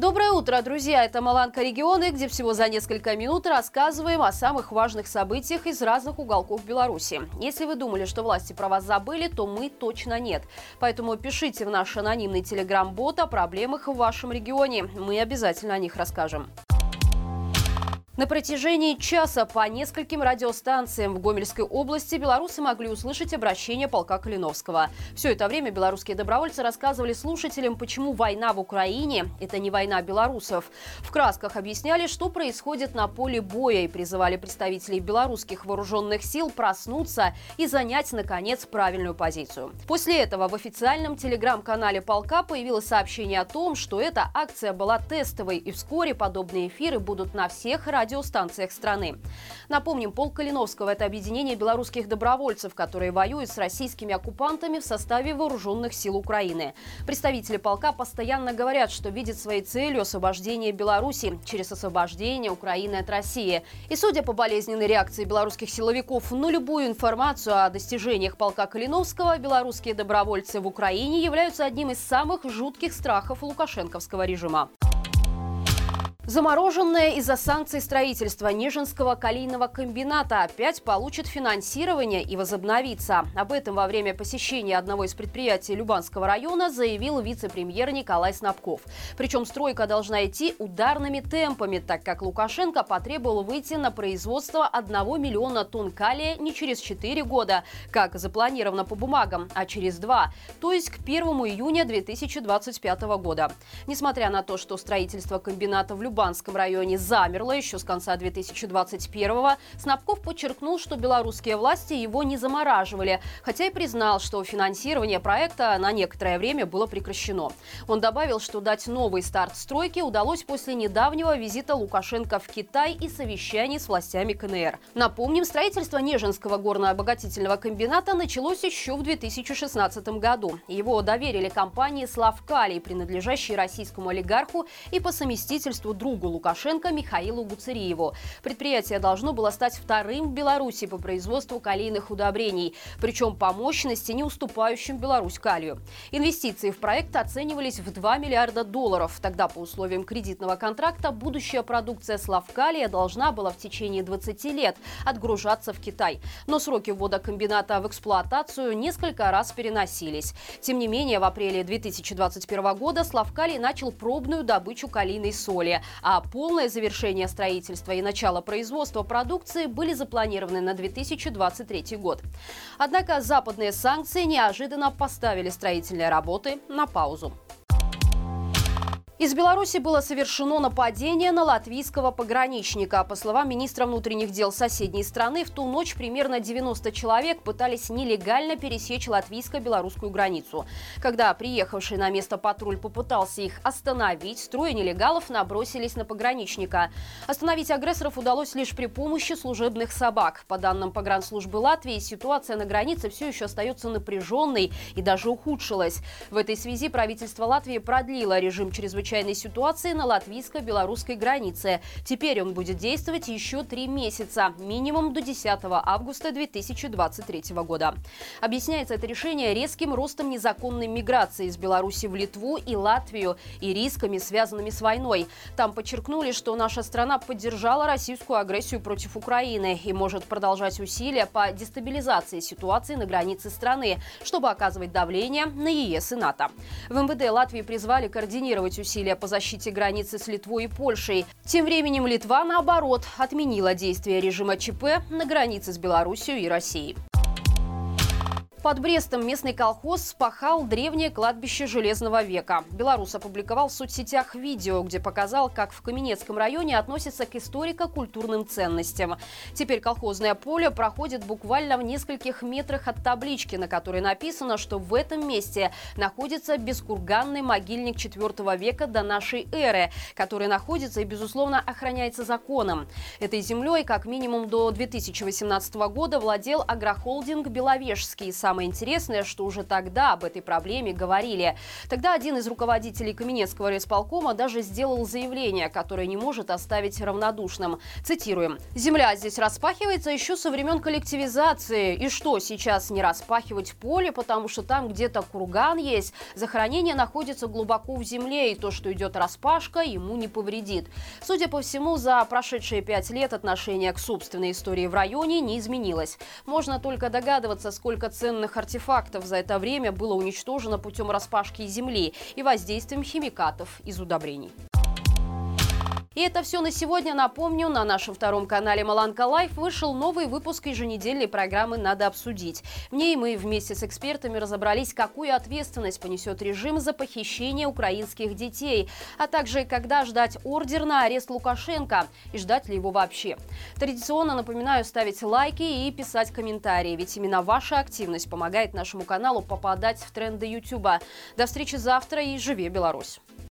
Доброе утро, друзья! Это Маланка регионы, где всего за несколько минут рассказываем о самых важных событиях из разных уголков Беларуси. Если вы думали, что власти про вас забыли, то мы точно нет. Поэтому пишите в наш анонимный телеграм-бот о проблемах в вашем регионе. Мы обязательно о них расскажем. На протяжении часа по нескольким радиостанциям в Гомельской области белорусы могли услышать обращение полка Калиновского. Все это время белорусские добровольцы рассказывали слушателям, почему война в Украине – это не война белорусов. В красках объясняли, что происходит на поле боя, и призывали представителей белорусских вооруженных сил проснуться и занять, наконец, правильную позицию. После этого в официальном телеграм-канале полка появилось сообщение о том, что эта акция была тестовой, и вскоре подобные эфиры будут на всех радиостанциях страны. Напомним, полк Калиновского – это объединение белорусских добровольцев, которые воюют с российскими оккупантами в составе вооруженных сил Украины. Представители полка постоянно говорят, что видят своей целью освобождение Беларуси через освобождение Украины от России. И судя по болезненной реакции белорусских силовиков на любую информацию о достижениях полка Калиновского, белорусские добровольцы в Украине являются одним из самых жутких страхов лукашенковского режима. Замороженное из-за санкций строительство Нежинского калийного комбината опять получит финансирование и возобновится. Об этом во время посещения одного из предприятий Любанского района заявил вице-премьер Николай Снабков. Причем стройка должна идти ударными темпами, так как Лукашенко потребовал выйти на производство 1 миллиона тонн калия не через 4 года, как запланировано по бумагам, а через 2, то есть к 1 июня 2025 года. Несмотря на то, что строительство комбината в Любанском районе замерло еще с конца 2021-го, Снабков подчеркнул, что белорусские власти его не замораживали, хотя и признал, что финансирование проекта на некоторое время было прекращено. Он добавил, что дать новый старт стройке удалось после недавнего визита Лукашенко в Китай и совещаний с властями КНР. Напомним, строительство Нежинского горно-обогатительного комбината началось еще в 2016 году. Его доверили компании «Славкалий», принадлежащей российскому олигарху и по совместительству другу Лукашенко Михаилу Гуцериеву. Предприятие должно было стать вторым в Беларуси по производству калийных удобрений, причем по мощности не уступающим Беларусь калию. Инвестиции в проект оценивались в 2 миллиарда долларов. Тогда по условиям кредитного контракта будущая продукция Славкалия должна была в течение 20 лет отгружаться в Китай. Но сроки ввода комбината в эксплуатацию несколько раз переносились. Тем не менее, в апреле 2021 года Славкалий начал пробную добычу калийной соли, а полное завершение строительства и начало производства продукции были запланированы на 2023 год. Однако западные санкции неожиданно поставили строительные работы на паузу. Из Беларуси было совершено нападение на латвийского пограничника. По словам министра внутренних дел соседней страны, в ту ночь примерно 90 человек пытались нелегально пересечь латвийско-белорусскую границу. Когда приехавший на место патруль попытался их остановить, трое нелегалов набросились на пограничника. Остановить агрессоров удалось лишь при помощи служебных собак. По данным погранслужбы Латвии, ситуация на границе все еще остается напряженной и даже ухудшилась. В этой связи правительство Латвии продлило режим чрезвычайной ситуации на латвийско-белорусской границе. Теперь он будет действовать еще 3 месяца, минимум до 10 августа 2023 года. Объясняется это решение резким ростом незаконной миграции из Беларуси в Литву и Латвию и рисками, связанными с войной. Там подчеркнули, что наша страна поддержала российскую агрессию против Украины и может продолжать усилия по дестабилизации ситуации на границе страны, чтобы оказывать давление на ЕС и НАТО. В МВД Латвии призвали координировать усилия по защите границы с Литвой и Польшей. Тем временем Литва, наоборот, отменила действие режима ЧП на границе с Белоруссией и Россией. Под Брестом местный колхоз спахал древнее кладбище Железного века. Белорус опубликовал в соцсетях видео, где показал, как в Каменецком районе относятся к историко-культурным ценностям. Теперь колхозное поле проходит буквально в нескольких метрах от таблички, на которой написано, что в этом месте находится бескурганный могильник IV века до нашей эры, который находится и, безусловно, охраняется законом. Этой землей как минимум до 2018 года владел агрохолдинг «Беловежский». Сам самое интересное, что уже тогда об этой проблеме говорили. Тогда один из руководителей Каменецкого райисполкома даже сделал заявление, которое не может оставить равнодушным. Цитируем. «Земля здесь распахивается еще со времен коллективизации. И что, сейчас не распахивать поле, потому что там где-то курган есть? Захоронение находится глубоко в земле, и то, что идет распашка, ему не повредит». Судя по всему, за прошедшие 5 лет отношение к собственной истории в районе не изменилось. Можно только догадываться, сколько ценных артефактов за это время было уничтожено путем распашки земли и воздействием химикатов из удобрений. И это все на сегодня. Напомню, на нашем втором канале Маланка Лайф вышел новый выпуск еженедельной программы «Надо обсудить». В ней мы вместе с экспертами разобрались, какую ответственность понесет режим за похищение украинских детей, а также когда ждать ордер на арест Лукашенко и ждать ли его вообще. Традиционно напоминаю ставить лайки и писать комментарии, ведь именно ваша активность помогает нашему каналу попадать в тренды YouTube. До встречи завтра и живи Беларусь!